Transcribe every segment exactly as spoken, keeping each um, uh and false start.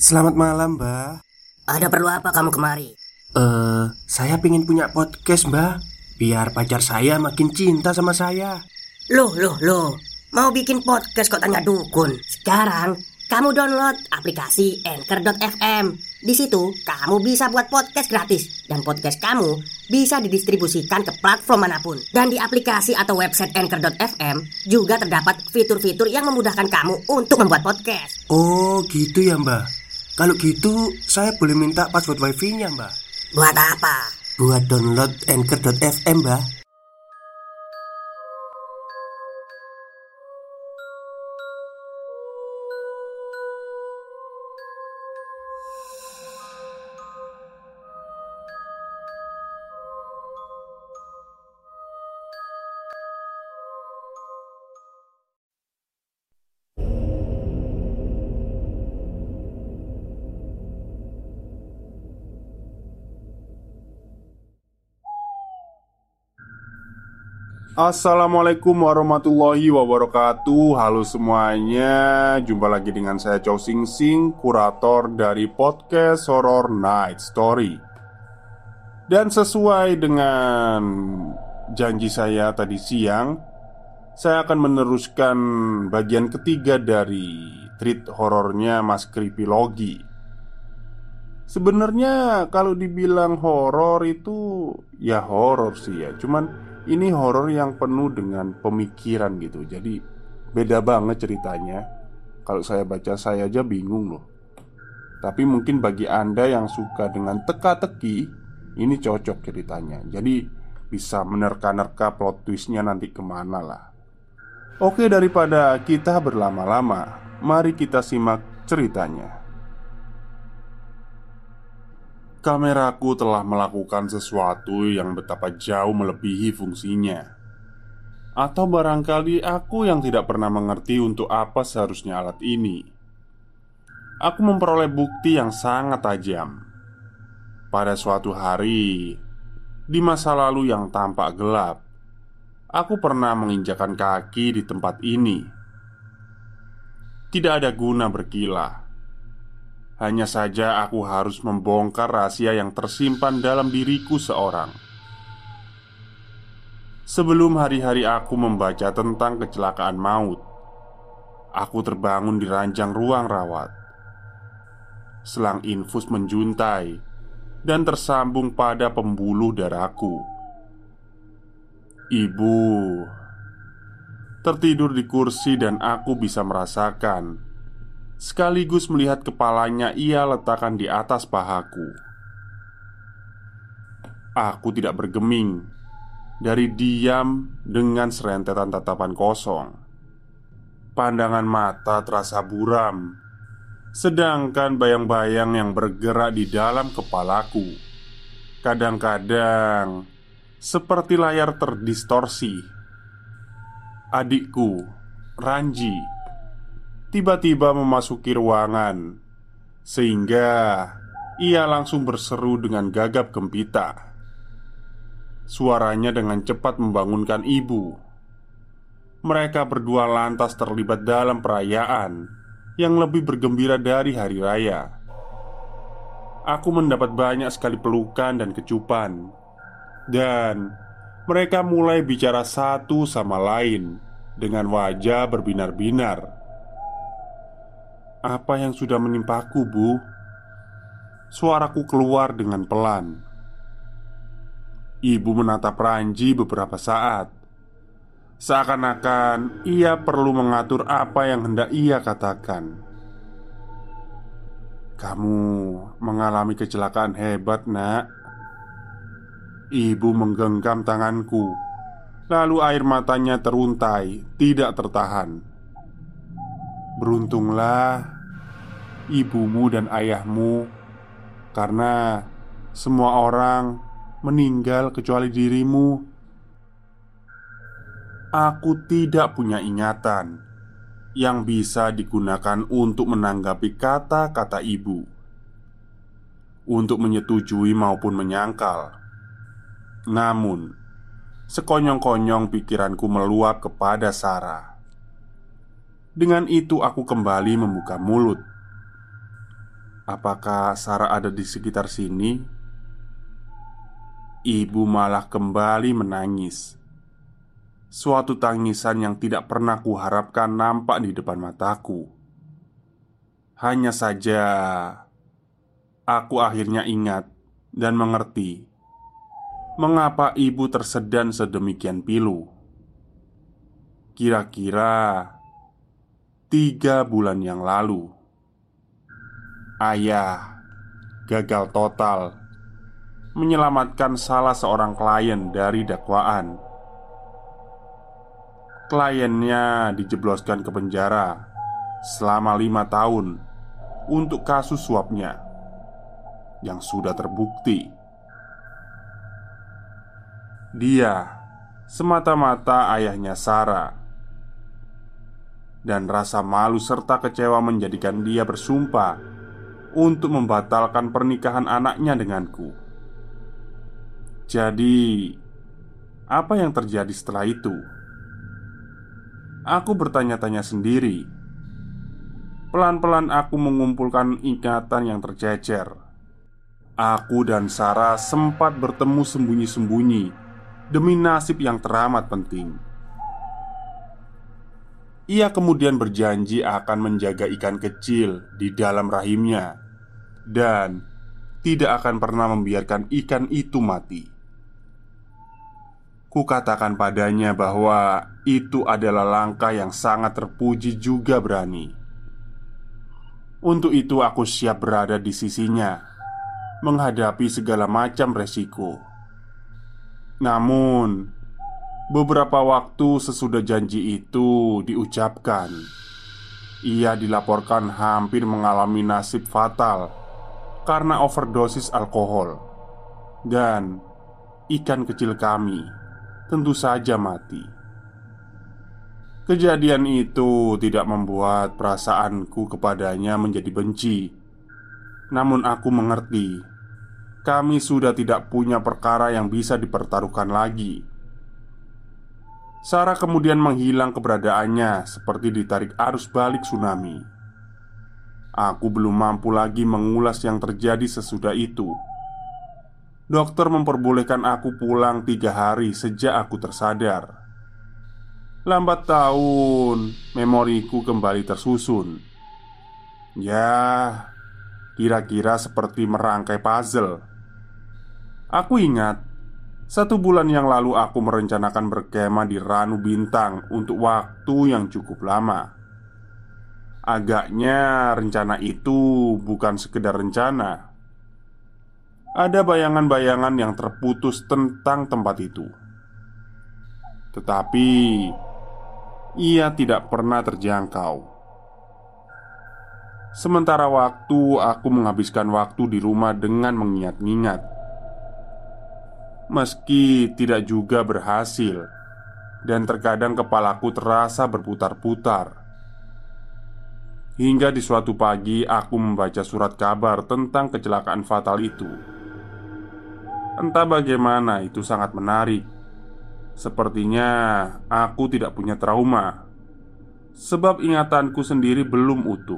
Selamat malam, Mbak. Ada perlu apa kamu kemari? Eh, uh, saya pengen punya podcast, Mbak. Biar pacar saya makin cinta sama saya. Loh, loh, loh. Mau bikin podcast kok tanya dukun? Sekarang kamu download aplikasi Anchor dot f m. Di situ kamu bisa buat podcast gratis dan podcast kamu bisa didistribusikan ke platform manapun. Dan di aplikasi atau website Anchor dot f m juga terdapat fitur-fitur yang memudahkan kamu untuk membuat podcast. Oh, gitu ya, Mbak. Kalau gitu, saya boleh minta password wifi-nya, Mbak. Buat apa? Buat download Anchor dot f m, Mbak. Assalamualaikum warahmatullahi wabarakatuh. Halo semuanya, jumpa lagi dengan saya Chow Sing Sing, kurator dari podcast Horror Night Story. Dan sesuai dengan janji saya tadi siang, saya akan meneruskan bagian ketiga dari treat horornya Mas Creepylogi. Sebenarnya kalau dibilang horor itu ya horor sih ya, cuman ini horor yang penuh dengan pemikiran gitu. Jadi beda banget ceritanya. Kalau saya baca saya aja bingung loh. Tapi mungkin bagi Anda yang suka dengan teka-teki, ini cocok ceritanya. Jadi bisa menerka-nerka plot twistnya nanti kemana lah. Oke, daripada kita berlama-lama, mari kita simak ceritanya. Kameraku telah melakukan sesuatu yang betapa jauh melebihi fungsinya. Atau barangkali aku yang tidak pernah mengerti untuk apa seharusnya alat ini. Aku memperoleh bukti yang sangat tajam. Pada suatu hari, di masa lalu yang tampak gelap, aku pernah menginjakan kaki di tempat ini. Tidak ada guna berkilah. Hanya saja aku harus membongkar rahasia yang tersimpan dalam diriku seorang. Sebelum hari-hari aku membaca tentang kecelakaan maut, aku terbangun di ranjang ruang rawat. Selang infus menjuntai dan tersambung pada pembuluh darahku. Ibu tertidur di kursi dan aku bisa merasakan, sekaligus melihat kepalanya ia letakkan di atas pahaku. Aku tidak bergeming. Dari diam dengan serentetan tatapan kosong. Pandangan mata terasa buram, sedangkan bayang-bayang yang bergerak di dalam kepalaku kadang-kadang seperti layar terdistorsi. Adikku, Ranji, tiba-tiba memasuki ruangan, sehingga ia langsung berseru dengan gagap gempita. Suaranya dengan cepat membangunkan ibu. Mereka berdua lantas terlibat dalam perayaan yang lebih bergembira dari hari raya. Aku mendapat banyak sekali pelukan dan kecupan. Dan mereka mulai bicara satu sama lain dengan wajah berbinar-binar. "Apa yang sudah menimpaku, Bu?" Suaraku keluar dengan pelan. Ibu menatap Ranji beberapa saat, seakan-akan ia perlu mengatur apa yang hendak ia katakan. "Kamu mengalami kecelakaan hebat, Nak." Ibu menggenggam tanganku, lalu air matanya teruntai, tidak tertahan. "Beruntunglah ibumu dan ayahmu, karena semua orang meninggal kecuali dirimu." Aku tidak punya ingatan yang bisa digunakan untuk menanggapi kata-kata ibu, untuk menyetujui maupun menyangkal. Namun, sekonyong-konyong pikiranku meluap kepada Sarah. Dengan itu aku kembali membuka mulut. apakah Sarah ada di sekitar sini? Ibu malah kembali menangis. Suatu tangisan yang tidak pernah kuharapkan nampak di depan mataku. Hanya saja aku akhirnya ingat dan mengerti mengapa ibu tersedan sedemikian pilu. Kira-kira tiga bulan yang lalu, ayah gagal total menyelamatkan salah seorang klien dari dakwaan. Kliennya dijebloskan ke penjara selama lima tahun untuk kasus suapnya yang sudah terbukti. Dia semata-mata ayahnya Sarah, dan rasa malu serta kecewa menjadikan dia bersumpah untuk membatalkan pernikahan anaknya denganku. Jadi, apa yang terjadi setelah itu? Aku bertanya-tanya sendiri. Pelan-pelan aku mengumpulkan ingatan yang tercecer. Aku dan Sarah sempat bertemu sembunyi-sembunyi demi nasib yang teramat penting. Ia kemudian berjanji akan menjaga ikan kecil di dalam rahimnya dan tidak akan pernah membiarkan ikan itu mati. Kukatakan padanya bahwa itu adalah langkah yang sangat terpuji juga berani. Untuk itu aku siap berada di sisinya, menghadapi segala macam resiko. Namun, beberapa waktu sesudah janji itu diucapkan, ia dilaporkan hampir mengalami nasib fatal karena overdosis alkohol. Dan ikan kecil kami tentu saja mati. Kejadian itu tidak membuat perasaanku kepadanya menjadi benci. Namun aku mengerti, kami sudah tidak punya perkara yang bisa dipertaruhkan lagi. Sarah kemudian menghilang keberadaannya seperti ditarik arus balik tsunami. Aku belum mampu lagi mengulas yang terjadi sesudah itu. Dokter memperbolehkan aku pulang tiga hari sejak aku tersadar. Lambat tahun, memoriku kembali tersusun. Ya, kira-kira seperti merangkai puzzle. Aku ingat, satu bulan yang lalu aku merencanakan berkemah di Ranu Bintang untuk waktu yang cukup lama. Agaknya rencana itu bukan sekedar rencana. Ada bayangan-bayangan yang terputus tentang tempat itu. Tetapi ia tidak pernah terjangkau. Sementara waktu aku menghabiskan waktu di rumah dengan mengingat-ingat. Meski tidak juga berhasil, dan terkadang kepalaku terasa berputar-putar. Hingga di suatu pagi aku membaca surat kabar tentang kecelakaan fatal itu. Entah bagaimana itu sangat menarik. Sepertinya aku tidak punya trauma, sebab ingatanku sendiri belum utuh.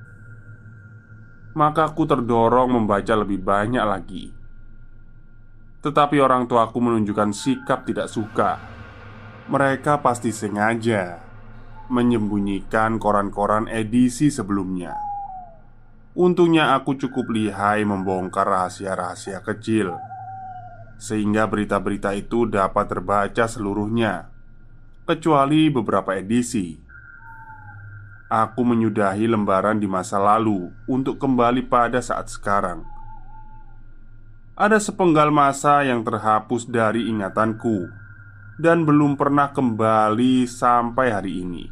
Maka aku terdorong membaca lebih banyak lagi. Tetapi orang tuaku menunjukkan sikap tidak suka. Mereka pasti sengaja menyembunyikan koran-koran edisi sebelumnya. Untungnya aku cukup lihai membongkar rahasia-rahasia kecil, sehingga berita-berita itu dapat terbaca seluruhnya, kecuali beberapa edisi. Aku menyudahi lembaran di masa lalu untuk kembali pada saat sekarang. Ada sepenggal masa yang terhapus dari ingatanku dan belum pernah kembali sampai hari ini.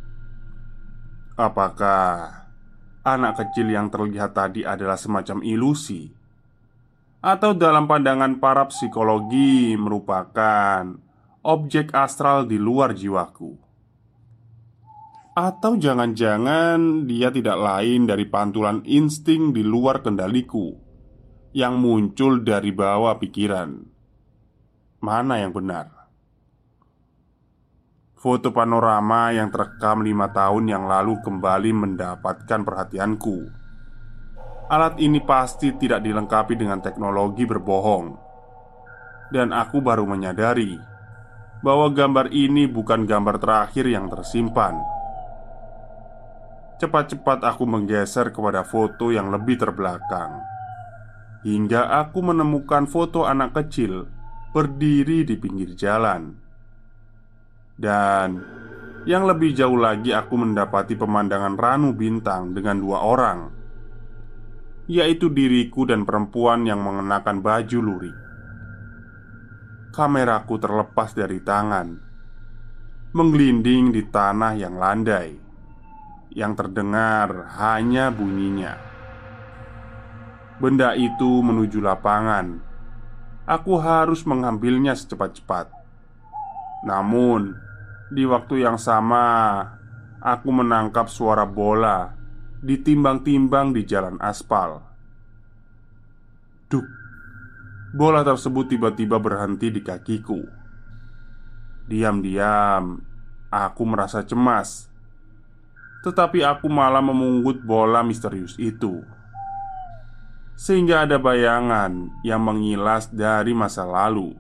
Apakah anak kecil yang terlihat tadi adalah semacam ilusi? Atau dalam pandangan para psikologi merupakan objek astral di luar jiwaku? Atau jangan-jangan dia tidak lain dari pantulan insting di luar kendaliku yang muncul dari bawah pikiran? Mana yang benar? Foto panorama yang terekam lima tahun yang lalu kembali mendapatkan perhatianku. alat ini pasti tidak dilengkapi dengan teknologi berbohong. Dan aku baru menyadari bahwa gambar ini bukan gambar terakhir yang tersimpan. Cepat-cepat aku menggeser kepada foto yang lebih terbelakang, hingga aku menemukan foto anak kecil berdiri di pinggir jalan. Dan yang lebih jauh lagi, aku mendapati pemandangan ranu bintang dengan dua orang, yaitu diriku dan perempuan yang mengenakan baju lurik. Kameraku terlepas dari tangan, menggelinding di tanah yang landai. Yang terdengar hanya bunyinya. Benda itu menuju lapangan. Aku harus mengambilnya secepat-cepat. Namun, di waktu yang sama, aku menangkap suara bola ditimbang-timbang di jalan aspal. Duk. Bola tersebut tiba-tiba berhenti di kakiku. Diam-diam, aku merasa cemas. Tetapi aku malah memungut bola misterius itu, sehingga ada bayangan yang mengilas dari masa lalu.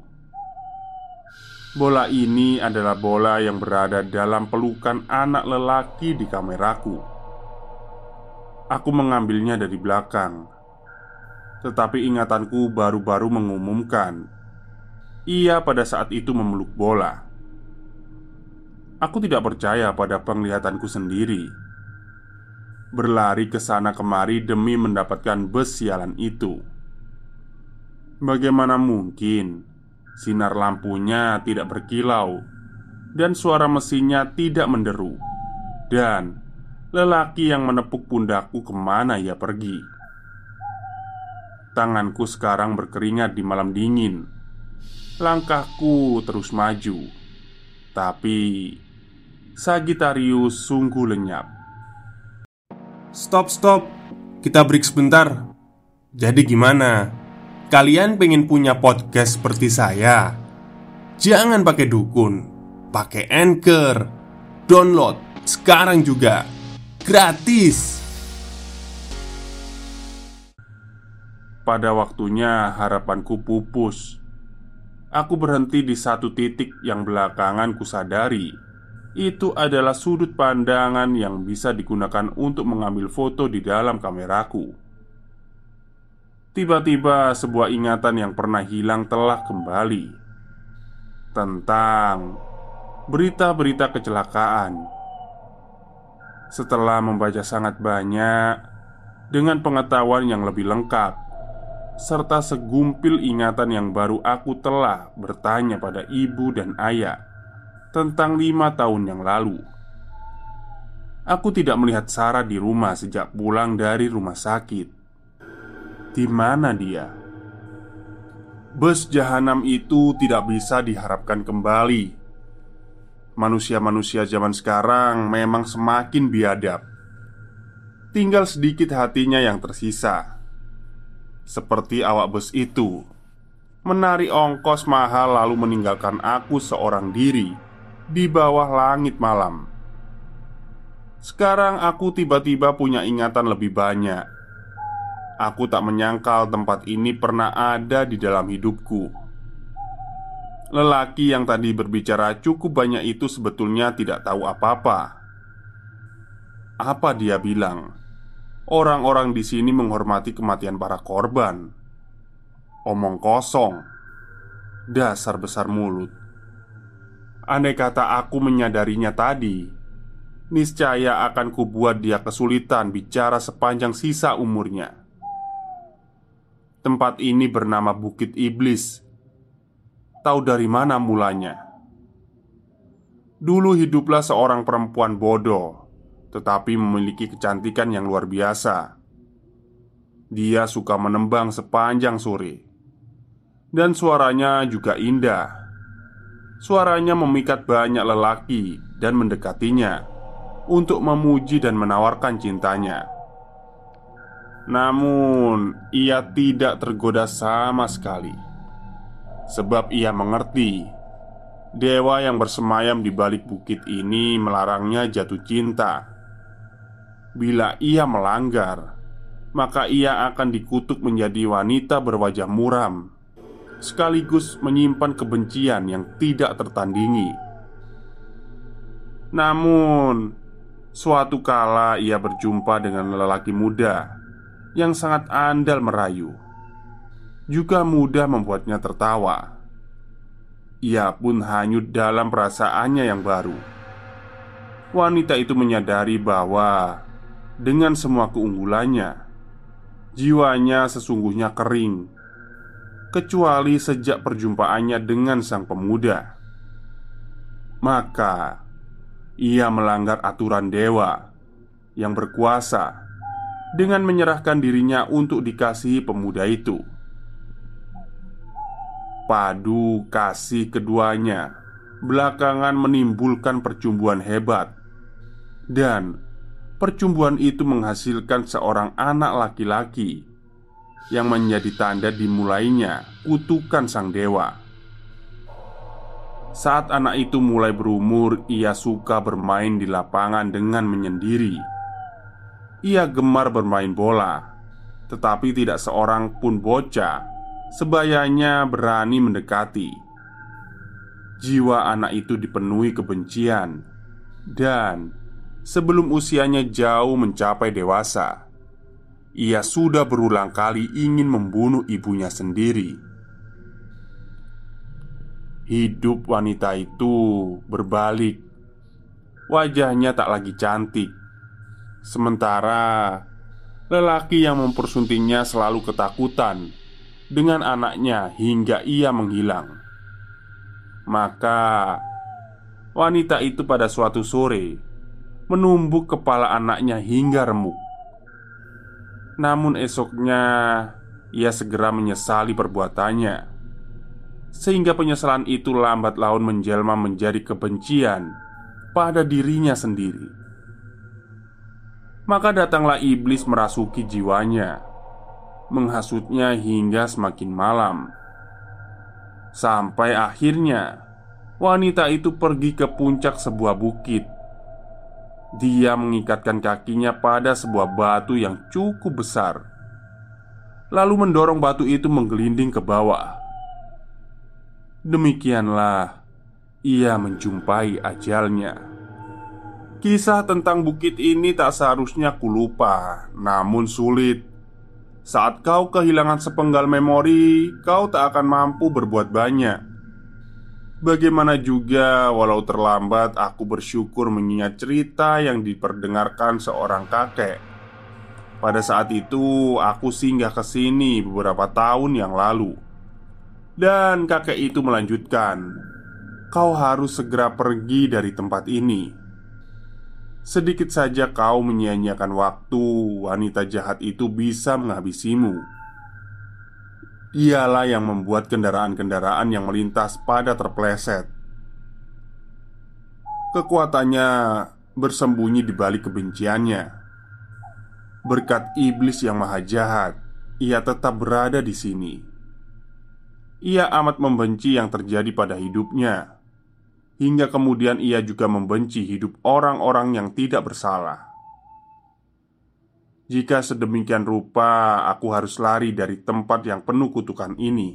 Bola ini adalah bola yang berada dalam pelukan anak lelaki di kameraku. Aku mengambilnya dari belakang, tetapi ingatanku baru-baru mengumumkan ia pada saat itu memeluk bola. Aku tidak percaya pada penglihatanku sendiri. Berlari ke sana kemari demi mendapatkan bus sialan itu. Bagaimana mungkin sinar lampunya tidak berkilau dan suara mesinnya tidak menderu, dan lelaki yang menepuk pundakku kemana ia pergi? Tanganku sekarang berkeringat di malam dingin. Langkahku terus maju, tapi Sagittarius sungguh lenyap. Stop, stop. Kita break sebentar. Jadi gimana? Kalian pengen punya podcast seperti saya? Jangan pakai dukun, pakai Anchor. Download sekarang juga. Gratis. Pada waktunya harapanku pupus. Aku berhenti di satu titik yang belakangan kusadari itu adalah sudut pandangan yang bisa digunakan untuk mengambil foto di dalam kameraku. Tiba-tiba sebuah ingatan yang pernah hilang telah kembali tentang berita-berita kecelakaan. Setelah membaca sangat banyak, dengan pengetahuan yang lebih lengkap, serta segumpil ingatan yang baru, aku telah bertanya pada ibu dan ayah tentang lima tahun yang lalu. Aku tidak melihat Sarah di rumah sejak pulang dari rumah sakit. Di mana dia? Bus jahanam itu tidak bisa diharapkan kembali. Manusia-manusia zaman sekarang memang semakin biadab. Tinggal sedikit hatinya yang tersisa. Seperti awak bus itu, menarik ongkos mahal lalu meninggalkan aku seorang diri di bawah langit malam. Sekarang aku tiba-tiba punya ingatan lebih banyak. Aku tak menyangkal tempat ini pernah ada di dalam hidupku. Lelaki yang tadi berbicara cukup banyak itu sebetulnya tidak tahu apa-apa. Apa dia bilang? Orang-orang di sini menghormati kematian para korban. Omong kosong. Dasar besar mulut. Andai kata aku menyadarinya tadi, niscaya akan kubuat dia kesulitan bicara sepanjang sisa umurnya. Tempat ini bernama Bukit Iblis. Tahu dari mana mulanya? Dulu hiduplah seorang perempuan bodoh, tetapi memiliki kecantikan yang luar biasa. Dia suka menembang sepanjang sore, dan suaranya juga indah. Suaranya memikat banyak lelaki dan mendekatinya untuk memuji dan menawarkan cintanya. Namun, ia tidak tergoda sama sekali, sebab ia mengerti dewa yang bersemayam di balik bukit ini melarangnya jatuh cinta. Bila ia melanggar, maka ia akan dikutuk menjadi wanita berwajah muram, sekaligus menyimpan kebencian yang tidak tertandingi. Namun, suatu kala ia berjumpa dengan lelaki muda yang sangat andal merayu, juga mudah membuatnya tertawa. Ia pun hanyut dalam perasaannya yang baru. Wanita itu menyadari bahwa dengan semua keunggulannya, jiwanya sesungguhnya kering, kecuali sejak perjumpaannya dengan sang pemuda. Maka ia melanggar aturan dewa yang berkuasa dengan menyerahkan dirinya untuk dikasihi pemuda itu. Padu kasih keduanya belakangan menimbulkan percumbuan hebat, dan percumbuan itu menghasilkan seorang anak laki-laki yang menjadi tanda dimulainya kutukan sang dewa. Saat anak itu mulai berumur, ia suka bermain di lapangan dengan menyendiri. Ia gemar bermain bola, tetapi tidak seorang pun bocah sebayanya berani mendekati. Jiwa anak itu dipenuhi kebencian, dan sebelum usianya jauh mencapai dewasa, ia sudah berulang kali ingin membunuh ibunya sendiri. Hidup wanita itu berbalik. Wajahnya tak lagi cantik, sementara lelaki yang mempersuntingnya selalu ketakutan dengan anaknya hingga ia menghilang. Maka wanita itu pada suatu sore menumbuk kepala anaknya hingga remuk. Namun esoknya ia segera menyesali perbuatannya, sehingga penyesalan itu lambat laun menjelma menjadi kebencian pada dirinya sendiri. Maka datanglah iblis merasuki jiwanya, menghasutnya hingga semakin malam, sampai akhirnya wanita itu pergi ke puncak sebuah bukit. Dia mengikatkan kakinya pada sebuah batu yang cukup besar, lalu mendorong batu itu menggelinding ke bawah. Demikianlah ia menjumpai ajalnya. Kisah tentang bukit ini tak seharusnya kulupa, namun sulit. Saat kau kehilangan sepenggal memori, kau tak akan mampu berbuat banyak. Bagaimana juga, walau terlambat, aku bersyukur mengingat cerita yang diperdengarkan seorang kakek. Pada saat itu, aku singgah ke sini beberapa tahun yang lalu. Dan kakek itu melanjutkan, "Kau harus segera pergi dari tempat ini. Sedikit saja kau menyia-nyiakan waktu, wanita jahat itu bisa menghabisimu. Ialah yang membuat kendaraan-kendaraan yang melintas pada terpleset. Kekuatannya bersembunyi di balik kebenciannya. Berkat iblis yang maha jahat, ia tetap berada di sini. Ia amat membenci yang terjadi pada hidupnya, hingga kemudian ia juga membenci hidup orang-orang yang tidak bersalah. Jika sedemikian rupa, aku harus lari dari tempat yang penuh kutukan ini.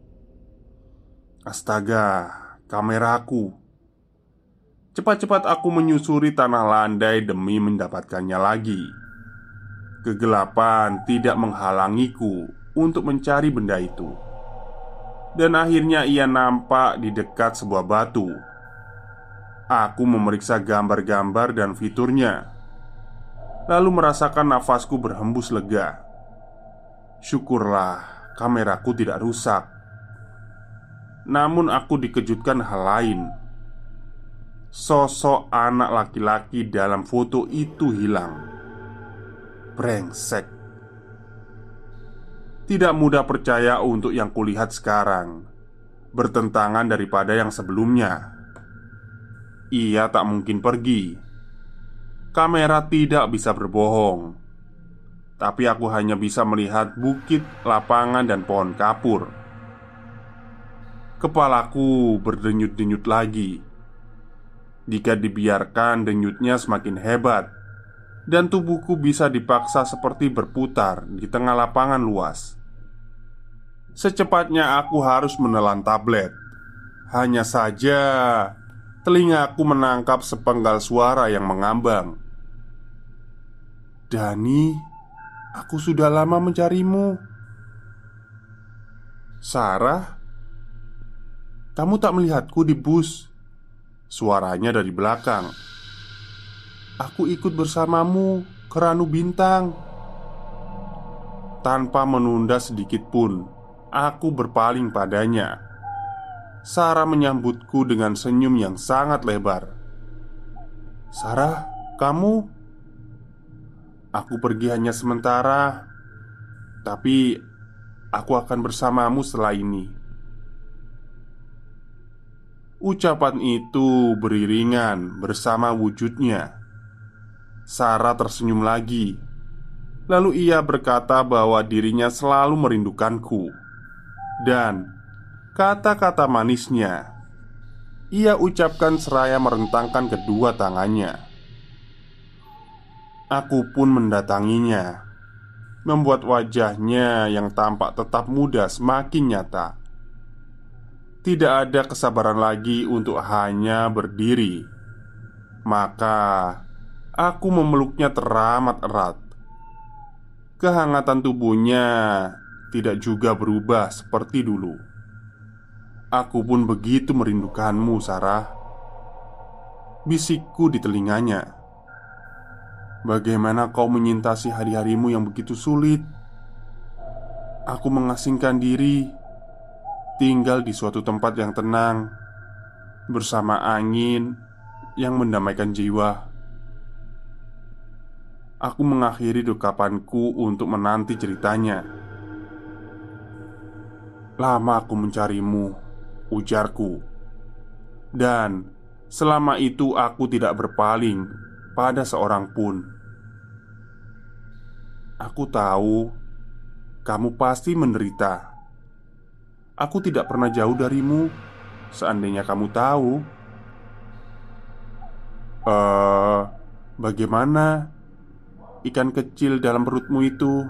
Astaga, kameraku! Cepat-cepat aku menyusuri tanah landai demi mendapatkannya lagi. Kegelapan tidak menghalangiku untuk mencari benda itu. Dan akhirnya ia nampak di dekat sebuah batu. Aku memeriksa gambar-gambar dan fiturnya, lalu merasakan nafasku berhembus lega. Syukurlah kameraku tidak rusak. Namun aku dikejutkan hal lain. Sosok anak laki-laki dalam foto itu hilang. Brengsek. Tidak mudah percaya untuk yang kulihat sekarang bertentangan daripada yang sebelumnya. Ia tak mungkin pergi. Kamera tidak bisa berbohong. Tapi aku hanya bisa melihat bukit, lapangan, dan pohon kapur. Kepalaku berdenyut-denyut lagi. Jika dibiarkan, denyutnya semakin hebat. dan tubuhku bisa dipaksa seperti berputar di tengah lapangan luas. Secepatnya aku harus menelan tablet. Hanya saja telingaku menangkap sepenggal suara yang mengambang. "Dani, aku sudah lama mencarimu." "Sarah, kamu tak melihatku di bus?" Suaranya dari belakang. "Aku ikut bersamamu ke Ranu Bintang." Tanpa menunda sedikit pun, aku berpaling padanya. Sarah menyambutku dengan senyum yang sangat lebar. "Sarah, kamu?" "Aku pergi hanya sementara, tapi aku akan bersamamu setelah ini." Ucapan itu beriringan bersama wujudnya. Sarah tersenyum lagi. Lalu ia berkata bahwa dirinya selalu merindukanku. Dan kata-kata manisnya ia ucapkan seraya merentangkan kedua tangannya. Aku pun mendatanginya, membuat wajahnya yang tampak tetap muda semakin nyata. Tidak ada kesabaran lagi untuk hanya berdiri. Maka aku memeluknya teramat erat. Kehangatan tubuhnya tidak juga berubah seperti dulu. "Aku pun begitu merindukanmu, Sarah," bisikku di telinganya. "Bagaimana kau menyintasi hari-harimu yang begitu sulit?" "Aku mengasingkan diri, tinggal di suatu tempat yang tenang, bersama angin yang mendamaikan jiwa." Aku mengakhiri dekapanku untuk menanti ceritanya. "Lama aku mencarimu," ujarku. "Dan selama itu aku tidak berpaling pada seorang pun. Aku tahu kamu pasti menderita. Aku tidak pernah jauh darimu. Seandainya kamu tahu." Eh, bagaimana ikan kecil dalam perutmu itu?"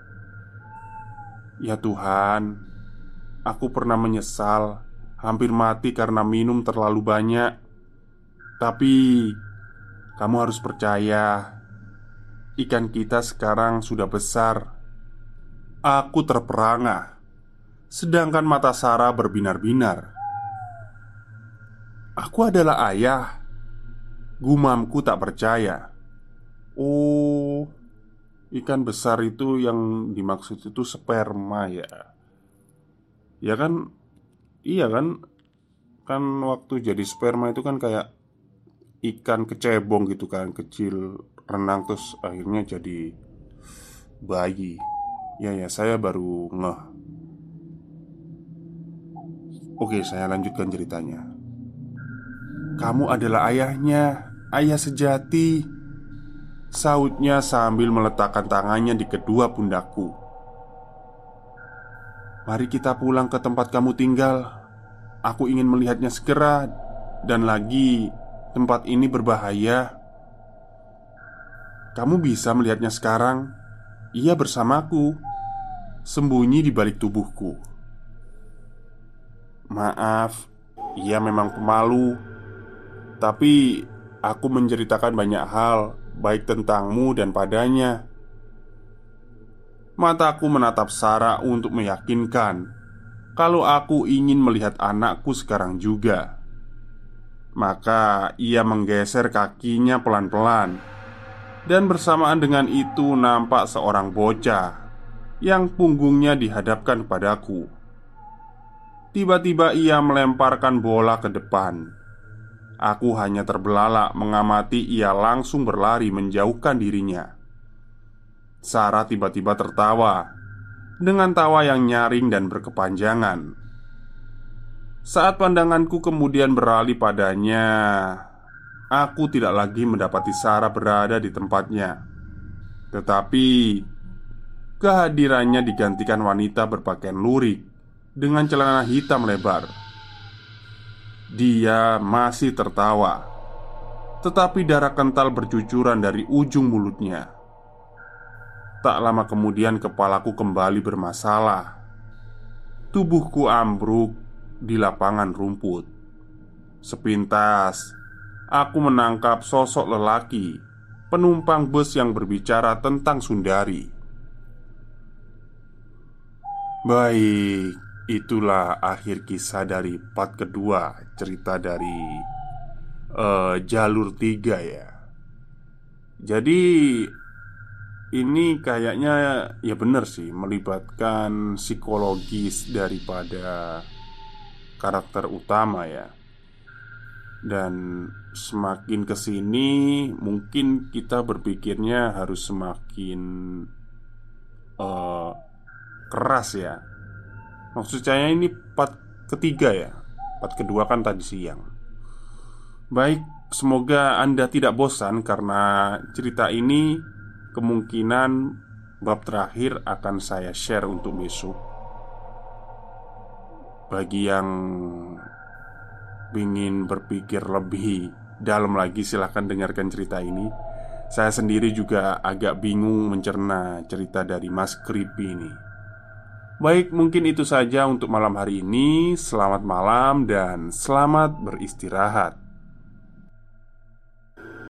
"Ya Tuhan, aku pernah menyesal hampir mati karena minum terlalu banyak. Tapi kamu harus percaya, ikan kita sekarang sudah besar." Aku terperangah, sedangkan mata Sarah berbinar-binar. "Aku adalah ayah," gumamku tak percaya. "Oh, ikan besar itu yang dimaksud itu sperma ya? Ya kan? Iya kan? Kan waktu jadi sperma itu kan kayak ikan kecebong gitu kan, kecil, renang terus akhirnya jadi bayi. Ya ya, saya baru ngeh. Oke, saya lanjutkan ceritanya. "Kamu adalah ayahnya, ayah sejati," sautnya sambil meletakkan tangannya di kedua pundakku. "Mari kita pulang ke tempat kamu tinggal. Aku ingin melihatnya segera. Dan lagi, tempat ini berbahaya." "Kamu bisa melihatnya sekarang. Ia bersamaku, sembunyi di balik tubuhku." "Maaf, ia memang pemalu. Tapi aku menceritakan banyak hal, baik tentangmu dan padanya." Mataku menatap Sarah untuk meyakinkan kalau aku ingin melihat anakku sekarang juga. Maka ia menggeser kakinya pelan-pelan. Dan bersamaan dengan itu nampak seorang bocah yang punggungnya dihadapkan padaku. Tiba-tiba ia melemparkan bola ke depan. Aku hanya terbelalak mengamati ia langsung berlari menjauhkan dirinya. Sarah tiba-tiba tertawa dengan tawa yang nyaring dan berkepanjangan. Saat pandanganku kemudian beralih padanya, aku tidak lagi mendapati Sarah berada di tempatnya. Tetapi kehadirannya digantikan wanita berpakaian lurik dengan celana hitam lebar. Dia masih tertawa, tetapi darah kental bercucuran dari ujung mulutnya. Tak lama kemudian kepalaku kembali bermasalah. Tubuhku ambruk di lapangan rumput. Sepintas aku menangkap sosok lelaki penumpang bus yang berbicara tentang Sundari. Baik, itulah akhir kisah dari part kedua, cerita dari uh, jalur tiga ya. Jadi ini kayaknya ya bener sih, melibatkan psikologis daripada karakter utama ya. Dan semakin kesini mungkin kita berpikirnya harus semakin uh, keras ya. Maksud saya ini part ketiga ya. Part kedua kan tadi siang. Baik, semoga Anda tidak bosan karena cerita ini kemungkinan bab terakhir akan saya share untuk besok. Bagi yang ingin berpikir lebih dalam lagi silahkan dengarkan cerita ini. Saya sendiri juga agak bingung mencerna cerita dari Mas Creepy ini. Baik, mungkin itu saja untuk malam hari ini. Selamat malam dan selamat beristirahat.